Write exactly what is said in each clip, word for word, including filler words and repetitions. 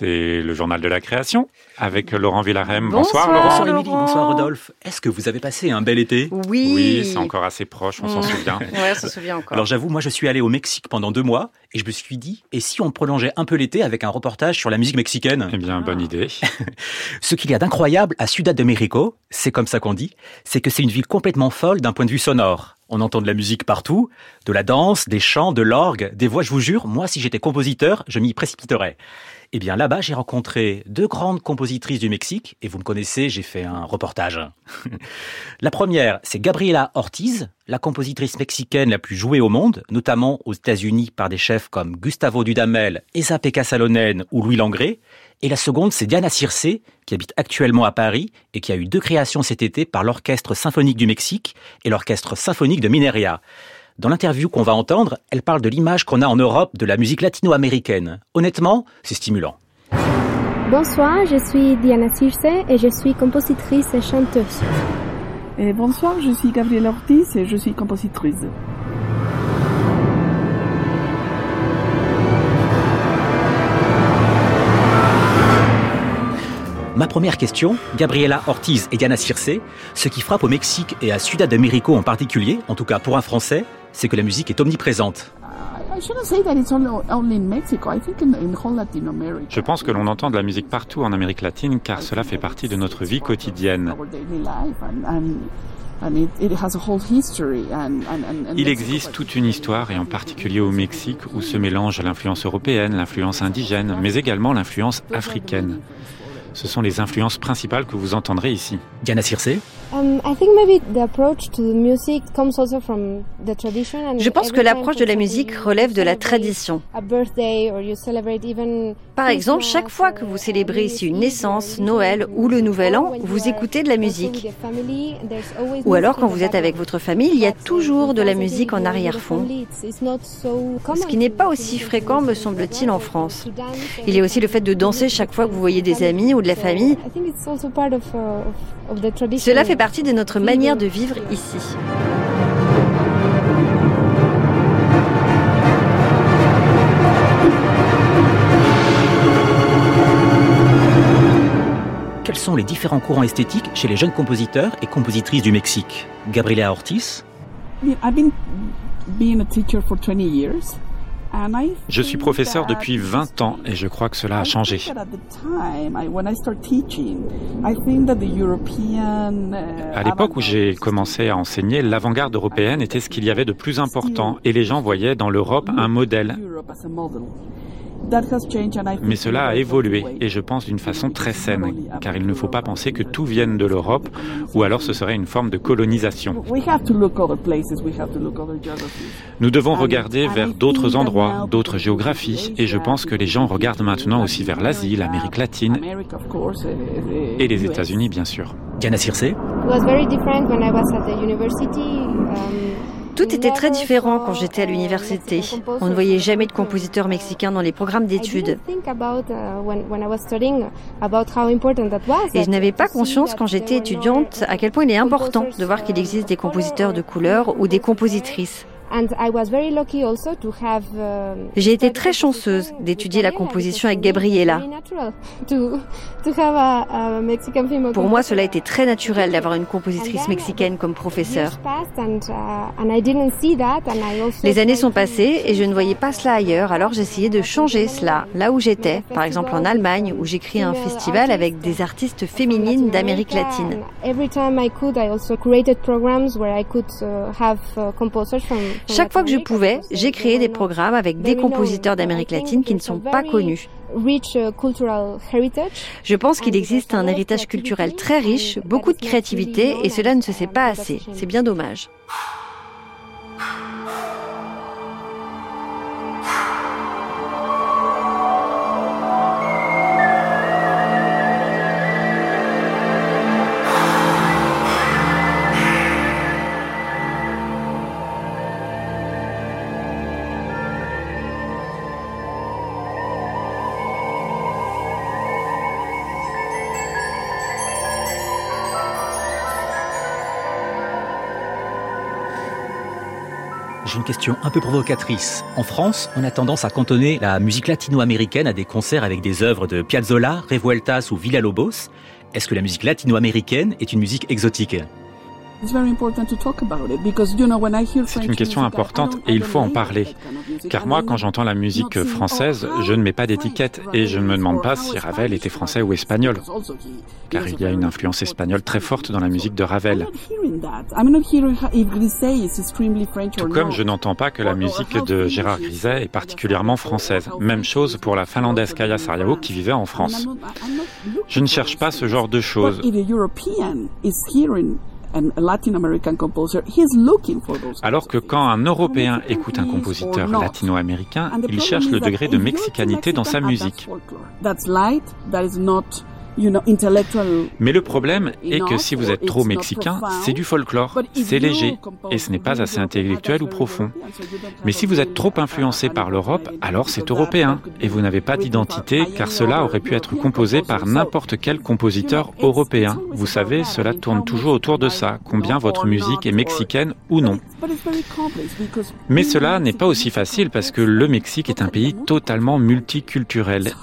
C'est le journal de la création avec Laurent Villarem. Bonsoir, bonsoir Laurent. Bonsoir Émilie, bonsoir Rodolphe. Est-ce que vous avez passé un bel été ? Oui. Oui, c'est encore assez proche, on mmh. s'en souvient. Ouais, on s'en souvient encore. Alors j'avoue, moi je suis allé au Mexique pendant deux mois et je me suis dit, et si on prolongeait un peu l'été avec un reportage sur la musique mexicaine ? Eh bien, bonne idée. Ce qu'il y a d'incroyable à Ciudad de México, c'est comme ça qu'on dit, c'est que c'est une ville complètement folle d'un point de vue sonore. On entend de la musique partout, de la danse, des chants, de l'orgue, des voix, je vous jure, moi si j'étais compositeur, je m'y précipiterais. Eh bien là-bas, j'ai rencontré deux grandes compositrices du Mexique, et vous me connaissez, j'ai fait un reportage. La première, c'est Gabriela Ortiz, la compositrice mexicaine la plus jouée au monde, notamment aux États-Unis par des chefs comme Gustavo Dudamel, Esa-Pekka Salonen ou Louis Langrée. Et la seconde, c'est Diana Circe, qui habite actuellement à Paris et qui a eu deux créations cet été par l'Orchestre symphonique du Mexique et l'Orchestre symphonique de Mineria. Dans l'interview qu'on va entendre, elle parle de l'image qu'on a en Europe de la musique latino-américaine. Honnêtement, c'est stimulant. Bonsoir, je suis Diana Circe et je suis compositrice et chanteuse. Et bonsoir, je suis Gabriela Ortiz et je suis compositrice. Ma première question, Gabriela Ortiz et Diana Circe, ce qui frappe au Mexique et à Ciudad de México en particulier, en tout cas pour un Français, c'est que la musique est omniprésente. Je pense que l'on entend de la musique partout en Amérique latine car cela fait partie de notre vie quotidienne. Il existe toute une histoire, et en particulier au Mexique, où se mélange l'influence européenne, l'influence indigène, mais également l'influence africaine. Ce sont les influences principales que vous entendrez ici. Diana Circe ? Je pense que l'approche de la musique relève de la tradition. Par exemple, chaque fois que vous célébrez ici une naissance, Noël ou le Nouvel An, vous écoutez de la musique. Ou alors, quand vous êtes avec votre famille, il y a toujours de la musique en arrière-fond. Ce qui n'est pas aussi fréquent, me semble-t-il, en France. Il y a aussi le fait de danser chaque fois que vous voyez des amis ou de la famille. Cela fait partie de notre manière de vivre ici. Quels sont les différents courants esthétiques chez les jeunes compositeurs et compositrices du Mexique ? Gabriela Ortiz ? Je suis professeur depuis vingt ans et je crois que cela a changé. À l'époque où j'ai commencé à enseigner, l'avant-garde européenne était ce qu'il y avait de plus important et les gens voyaient dans l'Europe un modèle. Mais cela a évolué et je pense d'une façon très saine, car il ne faut pas penser que tout vienne de l'Europe ou alors ce serait une forme de colonisation. Nous devons regarder vers d'autres endroits, d'autres géographies et je pense que les gens regardent maintenant aussi vers l'Asie, l'Amérique latine et les États-Unis bien sûr. Diana Circe ? Tout était très différent quand j'étais à l'université. On ne voyait jamais de compositeurs mexicains dans les programmes d'études. Et je n'avais pas conscience quand j'étais étudiante à quel point il est important de voir qu'il existe des compositeurs de couleur ou des compositrices. J'ai été très chanceuse d'étudier la composition avec Gabriela. Pour moi, cela a été très naturel d'avoir une compositrice mexicaine comme professeure. Les années sont passées et je ne voyais pas cela ailleurs, alors j'essayais de changer cela, là où j'étais, par exemple en Allemagne, où j'ai créé un festival avec des artistes féminines d'Amérique latine. Chaque fois que je pouvais, j'ai créé des programmes avec des compositeurs d'Amérique latine qui ne sont pas connus. Je pense qu'il existe un héritage culturel très riche, beaucoup de créativité, et cela ne se sait pas assez. C'est bien dommage. J'ai une question un peu provocatrice. En France, on a tendance à cantonner la musique latino-américaine à des concerts avec des œuvres de Piazzolla, Revueltas ou Villalobos. Est-ce que la musique latino-américaine est une musique exotique ? C'est une question importante et il faut en parler. Car moi, quand j'entends la musique française, je ne mets pas d'étiquette et je ne me demande pas si Ravel était français ou espagnol. Car il y a une influence espagnole très forte dans la musique de Ravel. Tout comme je n'entends pas que la musique de Gérard Griset est particulièrement française. Même chose pour la finlandaise Kaija Sarajevo qui vivait en France. Je ne cherche pas ce genre de choses. Alors que quand un Européen écoute un compositeur latino-américain, il cherche le degré de mexicanité dans sa musique. Mais le problème est que si vous êtes trop mexicain, c'est du folklore, c'est léger, et ce n'est pas assez intellectuel ou profond. Mais si vous êtes trop influencé par l'Europe, alors c'est européen, et vous n'avez pas d'identité, car cela aurait pu être composé par n'importe quel compositeur européen. Vous savez, cela tourne toujours autour de ça, combien votre musique est mexicaine ou non. Mais cela n'est pas aussi facile parce que le Mexique est un pays totalement multiculturel.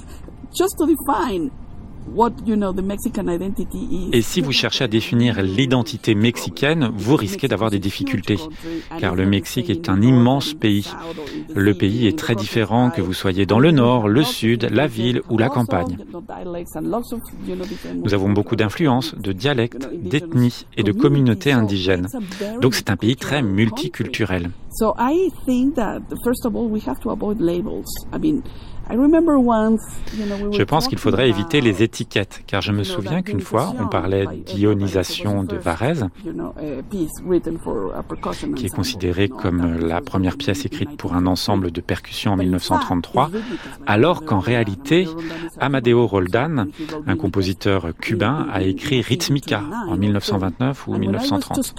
Et si vous cherchez à définir l'identité mexicaine, vous risquez d'avoir des difficultés, car le Mexique est un immense pays. Le pays est très différent que vous soyez dans le nord, le sud, la ville ou la campagne. Nous avons beaucoup d'influences, de dialectes, d'ethnies et de communautés indigènes. Donc c'est un pays très multiculturel. Je pense qu'il faudrait éviter les étiquettes, car je me souviens qu'une fois, on parlait d'ionisation de Varèse, qui est considérée comme la première pièce écrite pour un ensemble de percussions en mille neuf cent trente-trois, alors qu'en réalité, Amadeo Roldán, un compositeur cubain, a écrit Rhythmica en mille neuf cent vingt-neuf ou mille neuf cent trente.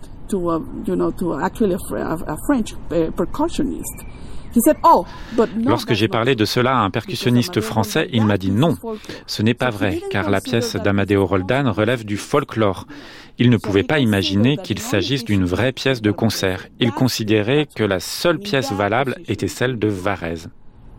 Lorsque j'ai parlé de cela à un percussionniste français, il m'a dit non, ce n'est pas vrai, car la pièce d'Amadeo Roldán relève du folklore. Il ne pouvait pas imaginer qu'il s'agisse d'une vraie pièce de concert. Il considérait que la seule pièce valable était celle de Varèse.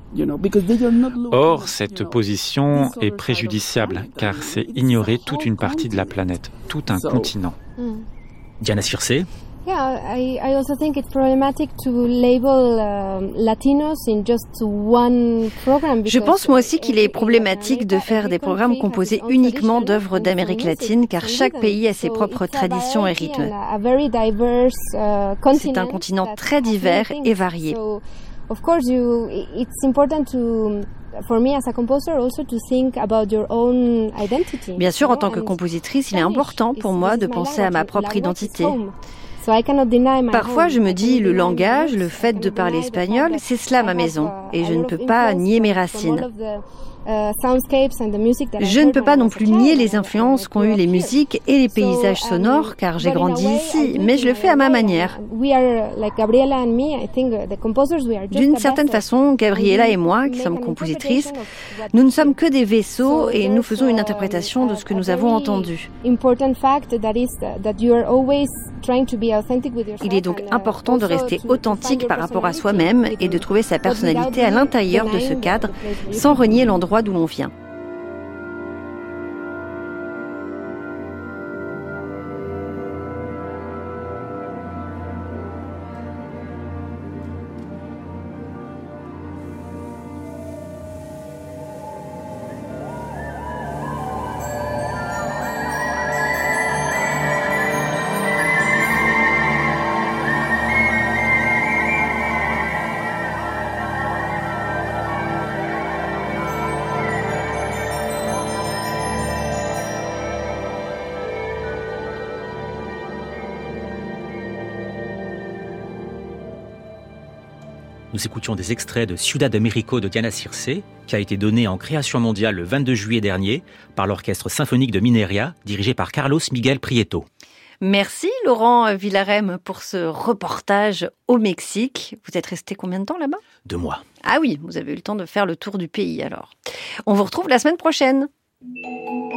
Or, cette position est préjudiciable, car c'est ignorer toute une partie de la planète, tout un continent. Diana Circe. Yeah, I, I also think it's problematic to label uh, Latinos in just one program. Je pense moi aussi qu'il est problématique de faire des programmes composés uniquement d'œuvres d'Amérique latine, car chaque pays a ses propres traditions et rythmes. C'est un continent très divers et varié. Of course, you, it's important to for me as a composer also to think about your own identity. Bien sûr, en tant que compositrice, il est important pour moi de penser à ma propre identité. Parfois, je me dis, le langage, le fait de parler espagnol, c'est cela ma maison, et je ne peux pas nier mes racines. Je ne peux pas non plus nier les influences qu'ont eu les musiques et les paysages sonores, car j'ai grandi ici, mais je le fais à ma manière. D'une certaine façon, Gabriela et moi, qui sommes compositrices, nous ne sommes que des vaisseaux et nous faisons une interprétation de ce que nous avons entendu. Il est donc important de rester authentique par rapport à soi-même et de trouver sa personnalité à l'intérieur de ce cadre, sans renier l'endroit d'où l'on vient. Nous écoutions des extraits de Ciudad de México de Diana Circe, qui a été donné en création mondiale le vingt-deux juillet dernier par l'Orchestre symphonique de Mineria, dirigé par Carlos Miguel Prieto. Merci Laurent Villarem pour ce reportage au Mexique. Vous êtes resté combien de temps là-bas ? Deux mois. Ah oui, vous avez eu le temps de faire le tour du pays alors. On vous retrouve la semaine prochaine.